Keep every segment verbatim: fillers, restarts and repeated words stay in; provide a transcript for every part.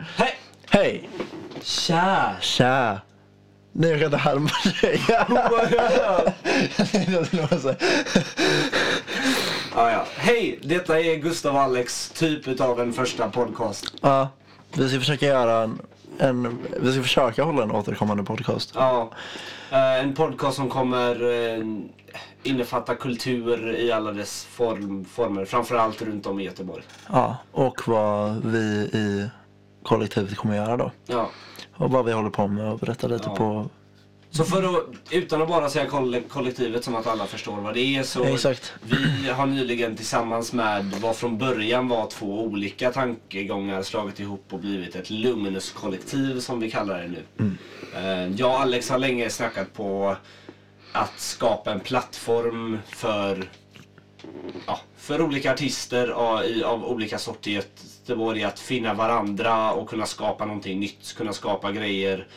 Hej! Hej! Tja! Tja! Nej, jag kan inte härma dig. ah, ja. Hej, detta är Gustav Alex, typ utav en första podcast. Ja, vi ska försöka göra en, en vi ska försöka hålla en återkommande podcast. Ja, en podcast som kommer innefatta kultur i alla dess form, former, framförallt runt om i Göteborg. Ja, och vad vi i kollektivet kommer göra då. Ja. Och vad vi håller på med och berätta lite ja. på. Så för att, utan att bara säga kollektivet som att alla förstår vad det är, så Exakt. Vi har nyligen tillsammans med vad från början var två olika tankegångar slagit ihop och blivit ett Luminus-kollektiv som vi kallar det nu. Mm. Jag och Alex har länge snackat på att skapa en plattform för, ja, för olika artister av, av olika sorter i Göteborg att finna varandra och kunna skapa någonting nytt, kunna skapa grejer,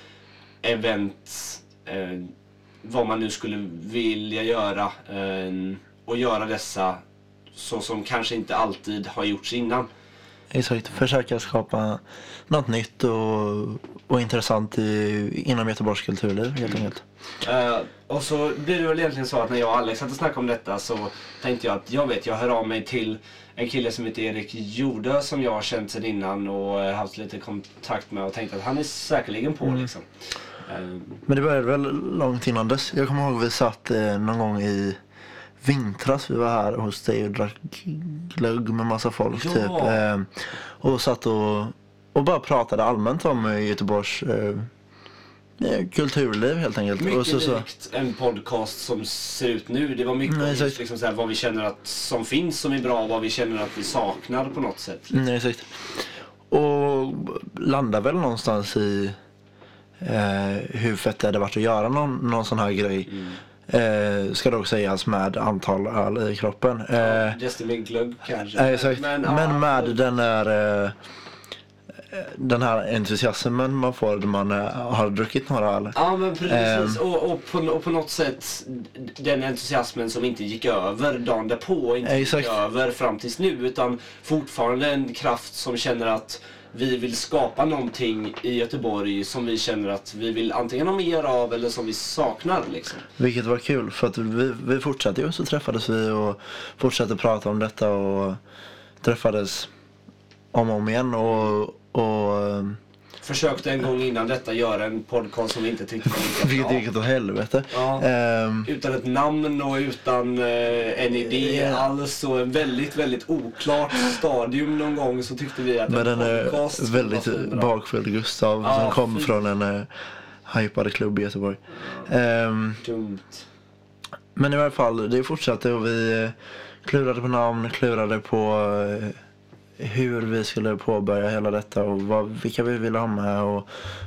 events, Eh, vad man nu skulle vilja göra eh, och göra dessa så som kanske inte alltid har gjorts innan. Exakt, försöka skapa något nytt och, och intressant i, inom Göteborgs kulturliv helt enkelt. Eh, och så blir det väl egentligen så att när jag och Alex hade snackat om detta så tänkte jag att jag vet, jag hör av mig till en kille som heter Erik Jordö som jag har känt sedan innan och eh, haft lite kontakt med och tänkte att han är säkerligen på mm. liksom. Men det började väl långt innan dess. Jag kommer ihåg vi satt eh, någon gång i vintras. Vi var här hos dig och drack glögg med massa folk. Ja. Typ. Eh, och satt och, och bara pratade allmänt om Göteborgs eh, kulturliv helt enkelt. Mycket och så, likt så... en podcast som ser ut nu. Det var mycket Nej, just, liksom, så här, vad vi känner att som finns som är bra och vad vi känner att vi saknar på något sätt. Nej, exakt. Och landar väl någonstans i Eh, hur fett det hade varit att göra någon, någon sån här grej. Mm. eh, Ska dock sägas med antal öl i kroppen. eh, ja, Just med glögg kanske. eh, exakt. Men, men med ja. den där eh, den här entusiasmen man får när man eh, har druckit några öl. Ja men precis. eh, och, och, på, och på något sätt den entusiasmen som inte gick över dagen därpå, inte exakt. gick över fram tills nu, utan fortfarande en kraft som känner att vi vill skapa någonting i Göteborg som vi känner att vi vill antingen ha mer av eller som vi saknar liksom. Vilket var kul för att vi, vi fortsatte ju, så träffades vi och fortsatte prata om detta och träffades om och om igen och, och försökte en gång innan detta göra en podcast som vi inte tyckte var lika bra. Vilket gick åt helvete. Ja. Um, utan ett namn och utan uh, en idé yeah. alls, och en väldigt, väldigt oklart stadium någon gång så tyckte vi att men en podcast är väldigt bakfull Gustav ja, som kom fy. från en uh, hypad klubb i Göteborg. Um, Dumt. Men i alla fall, det fortsatte och vi uh, klurade på namn, klurade på uh, hur vi skulle påbörja hela detta och vad, vilka vi ville ha med och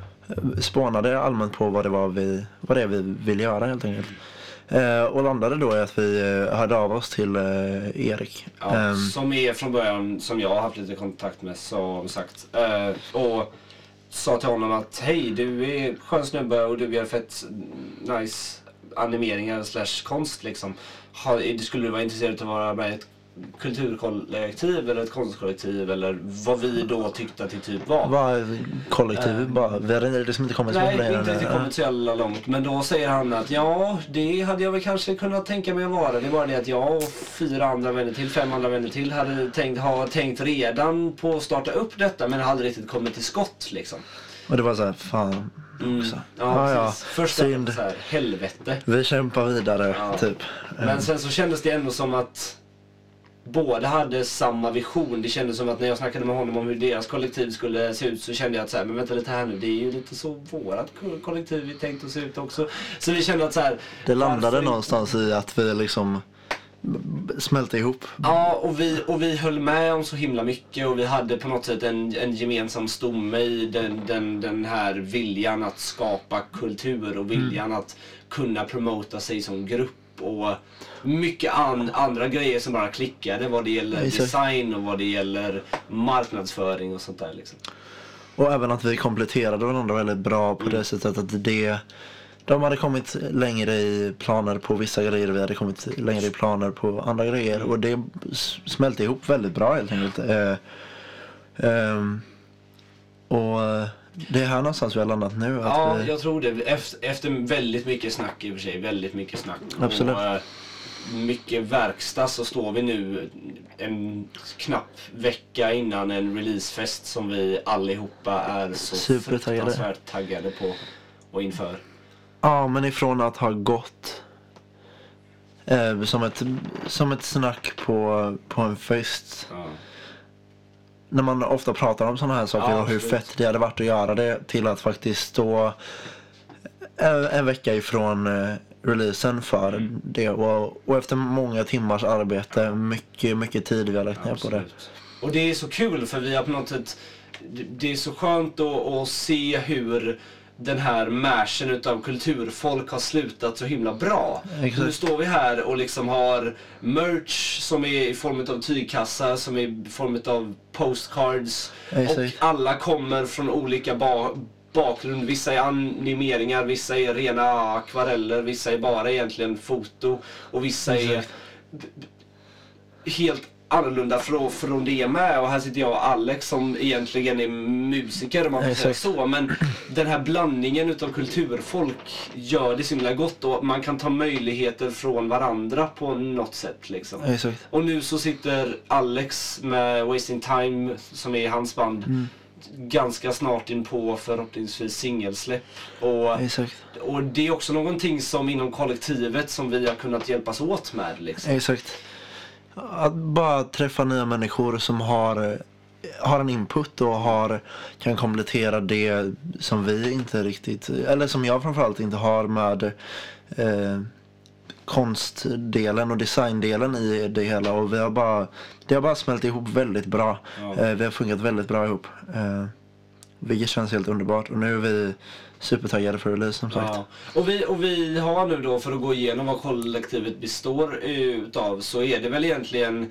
spånade allmänt på vad det var vi, vad det är vi vill göra helt enkelt. Eh, och landade då i att vi eh, hörde av oss till eh, Erik. Ja, um, som är från början, som jag har haft lite kontakt med, som sagt. Eh, och sa till honom att hej, du är skön snubbe och du gör fett nice animeringar slash konst liksom. Ha, skulle du vara intresserad av att vara med i ett kulturkollektiv eller ett konstkollektiv eller vad vi då tyckte att det typ var. Vad kollektiv uh, bara, vi hade liksom inte kommit så nej, långt. Nej, inte riktigt kommit så jävla långt. Men då säger han att ja, det hade jag väl kanske kunnat tänka mig att vara. Det var det att jag och fyra andra vänner till, fem andra vänner till hade tänkt, ha tänkt redan på att starta upp detta, men hade riktigt kommit till skott liksom. Och det var så här, fan mm. också. Ja, ah, ja. Första så här, helvete. Vi kämpar vidare, ja. typ. Men sen så kändes det ändå som att båda hade samma vision. Det kändes som att när jag snackade med honom om hur deras kollektiv skulle se ut så kände jag att så här, men vänta lite här nu, det är ju lite så vårat kollektiv vi tänkte att se ut också. Så vi kände att så här, det landade någonstans i att vi liksom smälte ihop. Ja, och vi, och vi höll med om så himla mycket och vi hade på något sätt en, en gemensam stomme i den, den, den här viljan att skapa kultur och viljan mm. att kunna promota sig som grupp och mycket an, andra grejer som bara klickade vad det gäller design och vad det gäller marknadsföring och sånt där liksom. Och även att vi kompletterade varandra väldigt bra på mm. det sättet att det de hade kommit längre i planer på vissa grejer, vi hade kommit längre i planer på andra grejer mm. och det smälte ihop väldigt bra helt enkelt. Eh, eh, Och det är här någonstans vi har landat nu. Att ja, vi... jag tror det. Efter, efter väldigt mycket snack i och för sig. Väldigt mycket snack. Absolut. Och, äh, mycket verkstad så står vi nu en knapp vecka innan en releasefest som vi allihopa är så fruktansvärt taggade på och inför. Ja, men ifrån att ha gått eh, som, ett, som ett snack på, på en fest. Ja. När man ofta pratar om sådana här saker Ja, och hur fett det hade varit att göra det, till att faktiskt stå en, en vecka ifrån eh, releasen för mm. det. Och, och efter många timmars arbete, mycket, mycket tid vi har lagt ner på det. Och det är så kul för vi har på något sätt, det är så skönt att, att se hur den här märsen utav kulturfolk har slutat så himla bra. Nu står vi här och liksom har merch som är i form av tygkassa, som är i form av postcards. Exakt. Och alla kommer från olika ba- bakgrund. Vissa är animeringar, vissa är rena akvareller, vissa är bara egentligen foto och vissa Exakt. är helt annorlunda från, från det med. Och här sitter jag och Alex som egentligen är musiker om man får säga så. Men den här blandningen utav kulturfolk gör det så himla gott och man kan ta möjligheter från varandra på något sätt liksom. Exakt. Och nu så sitter Alex med Wasting Time som är hans band mm. ganska snart in på förhoppningsvis singelsläpp. Och, Exakt. och det är också någonting som inom kollektivet som vi har kunnat hjälpas åt med liksom. Exakt. Att bara träffa nya människor som har, har en input och har, kan komplettera det som vi inte riktigt, eller som jag framförallt inte har med eh, konstdelen och designdelen i det hela. Och vi har bara, det har bara smält ihop väldigt bra. Ja. Eh, vi har fungerat väldigt bra ihop. Eh, vilket känns helt underbart. Och nu är vi supertaggade för release som sagt. Ja. Och, vi, och vi har nu då, för att gå igenom vad kollektivet består utav, så är det väl egentligen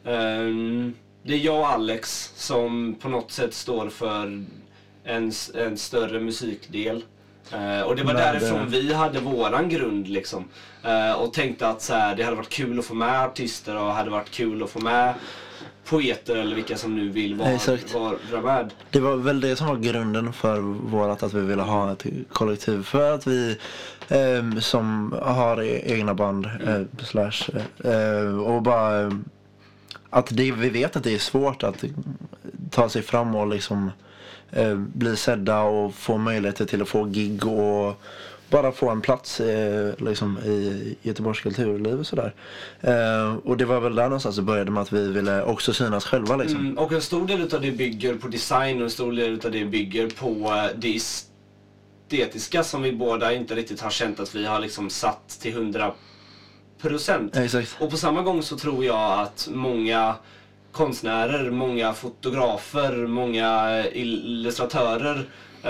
um, det är jag och Alex som på något sätt står för en, en större musikdel. Uh, och det var Men därifrån det... vi hade våran grund liksom. Uh, och tänkte att så här, det hade varit kul att få med artister och hade varit kul att få med poeter eller vilka som nu vill vara, vara med. Det var väl det som var grunden för vårat att vi ville ha ett kollektiv. För att vi eh, som har egna band eh, slash eh, och bara eh, att det, vi vet att det är svårt att ta sig fram och liksom eh, bli sedda och få möjligheter till att få gig och bara få en plats eh, liksom i Göteborgs kulturliv och sådär. Eh, och det var väl där någonstans det började med att vi ville också synas själva liksom. Mm, och en stor del utav det bygger på design och en stor del utav det bygger på det estetiska som vi båda inte riktigt har känt att vi har liksom satt till hundra procent. Exakt. Och på samma gång så tror jag att många konstnärer, många fotografer, många illustratörer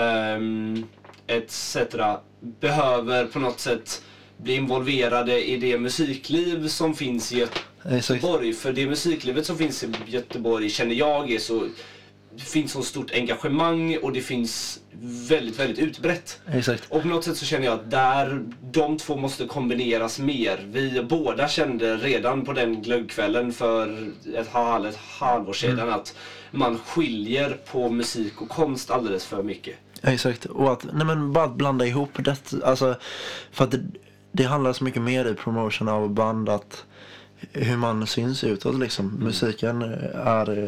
um, et cetera behöver på något sätt bli involverade i det musikliv som finns i Göteborg. För det musiklivet som finns i Göteborg känner jag är så, det finns så stort engagemang och det finns väldigt, väldigt utbrett. Exakt. Och på något sätt så känner jag att där de två måste kombineras mer. Vi båda kände redan på den glöggkvällen för ett, halv, ett halvår sedan mm. att man skiljer på musik och konst alldeles för mycket. Exakt, och att, nej men bara att blanda ihop det, alltså, för att det, det handlar så mycket mer i promotion av band, att hur man syns utåt liksom. Mm. Musiken är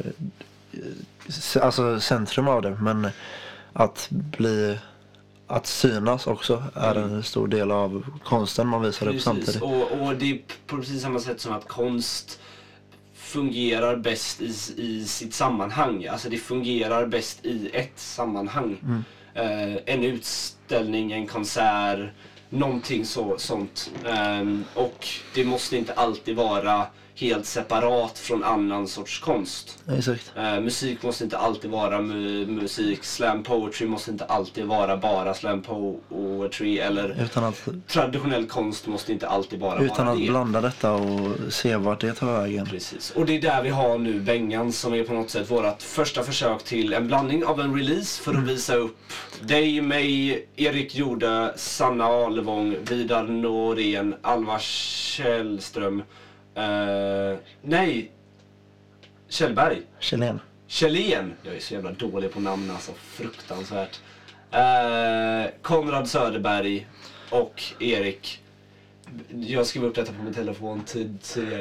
alltså centrum av det, men att bli, att synas också är mm. en stor del av konsten man visar precis. upp samtidigt. Och, och det är på precis samma sätt som att konst fungerar bäst i, i sitt sammanhang. Alltså det fungerar bäst i ett sammanhang. Mm. Uh, en utställning, en konsert, någonting så, sånt. Um, och det måste inte alltid vara helt separat från annan sorts konst. Exakt. Uh, musik måste inte alltid vara mu- musik. Slam poetry måste inte alltid vara bara slam poetry. Eller utan att, traditionell konst måste inte alltid bara utan vara att det. blanda detta och se vart det tar vägen. Precis. Och det är där vi har nu Bengan som är på något sätt vårt första försök till en blandning av en release för att mm. visa upp dig, mig, Erik Jorde, Sanna Alevång, Vidar Norén, Alva Källström. Uh, nej, Kjellberg. Kjellén. Kjellén, jag är så jävla dålig på namn alltså, fruktansvärt. Eh, Konrad Söderberg och Erik. Jag skrev upp detta på min telefon tid, tidigare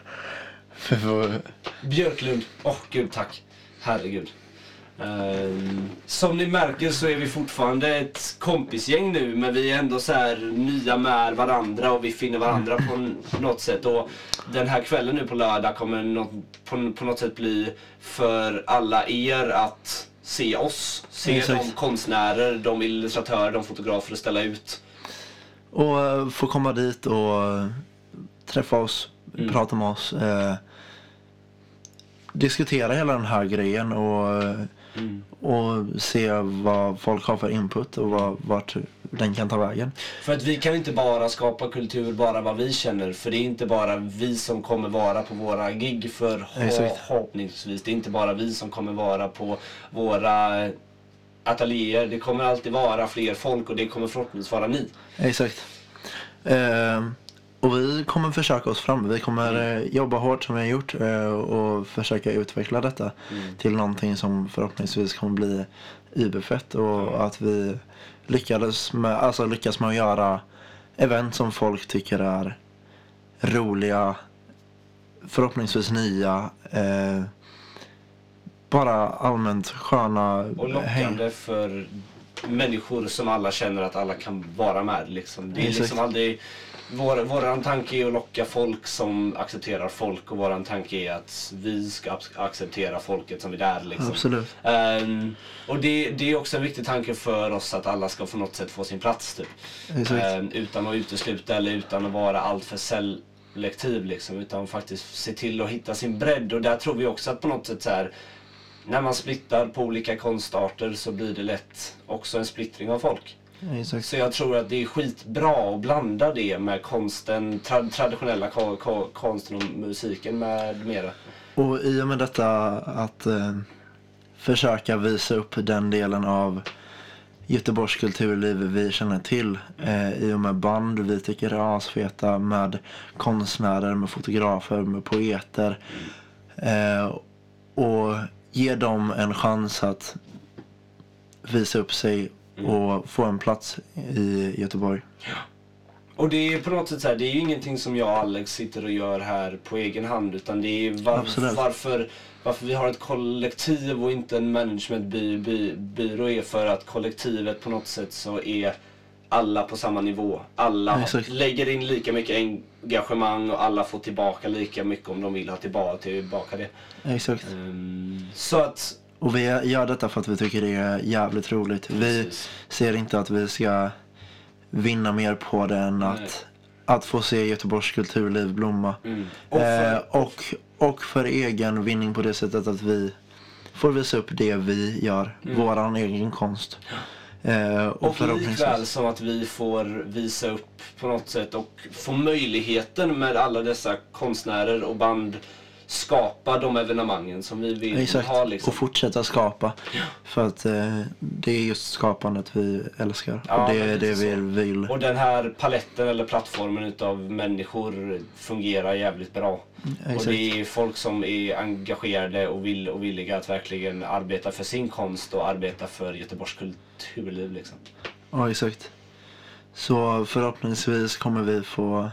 idag. Björklund, åh oh, gud tack, herregud. Um, som ni märker så är vi fortfarande ett kompisgäng nu, men vi är ändå så här nya med varandra och vi finner varandra på något sätt. Och den här kvällen nu på lördag kommer något, på, på något sätt bli för alla er att se oss, se Exakt. de konstnärer, de illustratörer, de fotografer ställa ut. Och uh, få komma dit och uh, träffa oss, mm. prata med oss, uh, diskutera hela den här grejen och uh, Mm. och se vad folk har för input och vad, vart den kan ta vägen. För att vi kan inte bara skapa kultur bara vad vi känner, för det är inte bara vi som kommer vara på våra gig förhoppningsvis. Det är inte bara vi som kommer vara på våra ateljéer. Det kommer alltid vara fler folk och det kommer förhoppningsvis vara ni. Exakt. Eh, och vi kommer försöka oss fram. Vi kommer mm. jobba hårt som vi har gjort eh, och försöka utveckla detta mm. till någonting som förhoppningsvis kommer bli überfett. Och mm. att vi lyckades med, alltså lyckas med att göra event som folk tycker är roliga, förhoppningsvis nya, eh, bara allmänt sköna. Och lockande för människor som alla känner att alla kan vara med. Liksom. Det är liksom aldrig... Vår, våran tanke är att locka folk som accepterar folk, och våran tanke är att vi ska acceptera folket som vi är. Liksom. Absolut. Um, och det, det är också en viktig tanke för oss att alla ska på något sätt få sin plats. Typ. Um, utan att utesluta eller utan att vara allt för selektiv. Liksom, utan faktiskt se till att hitta sin bredd. Och där tror vi också att på något sätt så här, när man splittar på olika konstarter så blir det lätt också en splittring av folk. Exakt. Så jag tror att det är skitbra att blanda det med konsten, tra- traditionella ko- ko- konsten och musiken med mera. Och i och med detta att eh, försöka visa upp den delen av Göteborgs kulturliv vi känner till, eh, i och med band vi tycker är asfeta, med konstnärer, med fotografer, med poeter, eh, och ge dem en chans att visa upp sig Mm. och få en plats i Göteborg. Ja. Och det är på något sätt så här, det är ju ingenting som jag och Alex sitter och gör här på egen hand, utan det är var, varför, varför vi har ett kollektiv och inte en managementbyrå är för att kollektivet på något sätt så är alla på samma nivå. Alla ja, lägger in lika mycket engagemang och alla får tillbaka lika mycket om de vill ha tillbaka, tillbaka det. Exakt. Um, så att Och vi gör detta för att vi tycker det är jävligt roligt. Vi Precis. ser inte att vi ska vinna mer på det än att, att få se Göteborgs kulturliv blomma. Mm. Och, för, eh, och, och för egen vinning på det sättet att vi får visa upp det vi gör. Mm. Våran egen konst. Eh, och och likväl som att vi får visa upp på något sätt och få möjligheten med alla dessa konstnärer och band skapa de evenemangen som vi vill Exakt. ha. Liksom. Och fortsätta skapa. Ja. För att eh, det är just skapandet vi älskar. Ja, och det är det vi vill. Och den här paletten eller plattformen utav människor fungerar jävligt bra. Exakt. Och det är folk som är engagerade och, vill, och villiga att verkligen arbeta för sin konst och arbeta för Göteborgs kulturliv. Liksom. Ja, exakt. Så förhoppningsvis kommer vi få...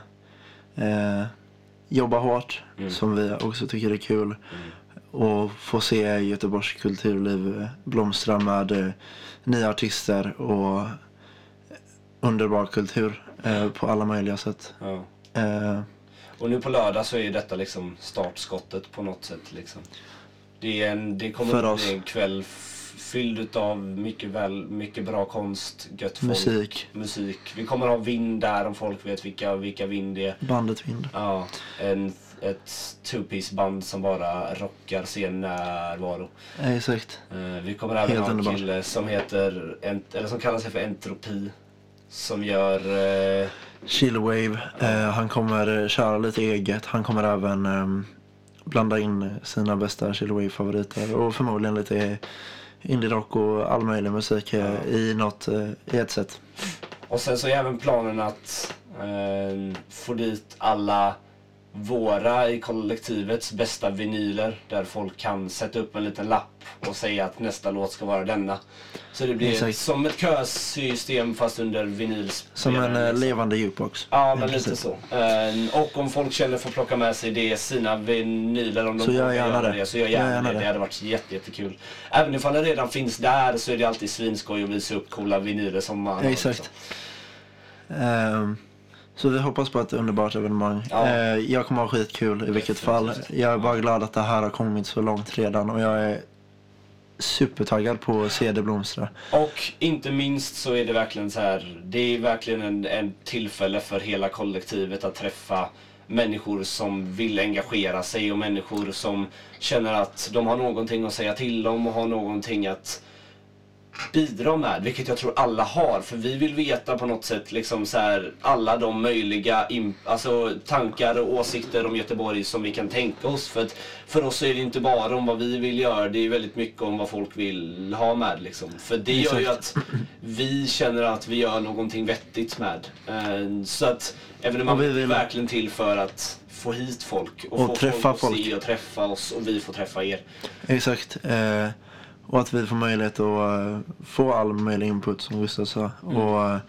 Eh, jobba hårt, mm. som vi också tycker är kul, mm. och få se Göteborgs kulturliv blomstra med eh, nya artister och underbar kultur eh, på alla möjliga sätt. Ja. Eh, och nu på lördag så är detta liksom startskottet på något sätt. Liksom. Det, är en, det kommer att bli en kväll fylld av mycket, väl, mycket bra konst, gött folk, musik. musik. Vi kommer att ha Vind där, om folk vet vilka, vilka Vind är. Bandet Vind. Ja, en, ett two-piece band som bara rockar sin närvaro. Ja, exakt. Uh, vi kommer även ha en kille som heter, eller som kallar sig för Entropi, som gör... Uh, Chillwave. Ja. Uh, han kommer köra lite eget. Han kommer även um, blanda in sina bästa Chillwave-favoriter och förmodligen lite indie-rock och all möjlig musik ja. i något, i ett sätt. Och sen så är även planen att eh, få dit alla våra i kollektivets bästa vinyler där folk kan sätta upp en liten lapp och säga att nästa låt ska vara denna. Så det blir Exakt. som ett kösystem fast under vinylspelaren. Som en eh, liksom. levande jukebox. Ja, men Ja, lite precis. så. Eh, och om folk känner för att plocka med sig det, sina vinyler, om de Så gör vågar gärna göra det. så gör Gör gärna, gärna det. det. Det hade varit jätte, jättekul. Även ifall det redan finns där så är det alltid svinskoj att visa upp coola vinyler som man har, Exakt. Ehm, så vi hoppas på ett underbart evenemang. Ja. Eh, jag kommer ha skitkul i vilket fall. Definitivt. Jag är bara glad att det här har kommit så långt redan och jag är supertaggad på att se det blomstra. Och inte minst så är det verkligen så här, det är verkligen en, en tillfälle för hela kollektivet att träffa människor som vill engagera sig och människor som känner att de har någonting att säga till om och har någonting att bidra med, vilket jag tror alla har, för vi vill veta på något sätt liksom så här, alla de möjliga imp- alltså, tankar och åsikter om Göteborg som vi kan tänka oss, för att för oss är det inte bara om vad vi vill göra, det är väldigt mycket om vad folk vill ha med liksom. För det gör ju att vi känner att vi gör någonting vettigt med, eh, så att evenemanget Och vi vill- är verkligen till för att få hit folk och, Och få träffa folk att folk. se och träffa oss och vi får träffa er. Exakt. Eh, och att vi får möjlighet att eh, få all möjlig input som Gustav sa. Mm. Och, eh,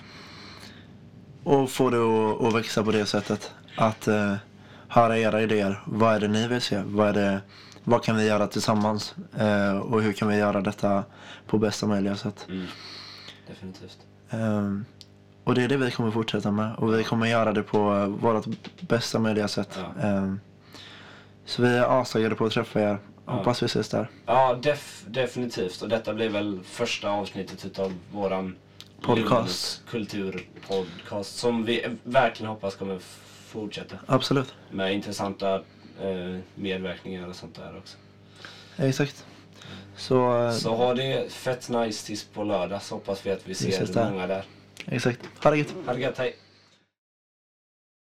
och få det att, att växa på det sättet. Att eh, höra era idéer. Vad är det ni vill se? Vad, är det, vad kan vi göra tillsammans? Eh, och hur kan vi göra detta på bästa möjliga sätt? Mm. Definitivt. Eh, och det är det vi kommer fortsätta med. Och vi kommer göra det på eh, vårt bästa möjliga sätt. Ja. Eh, så vi är astaggade på att träffa er. Hoppas vi ses där. Ja, def, definitivt. Och detta blir väl första avsnittet utav våran Podcast. Luminous kulturpodcast som vi verkligen hoppas kommer f- fortsätta Absolut. med intressanta eh, medverkningar och sånt där också. Exakt. Så, eh, Så ha det fett nice tills på lördag, så hoppas vi att vi ses ser där. många där. exakt. Ha det gött. Ha det gött, hej!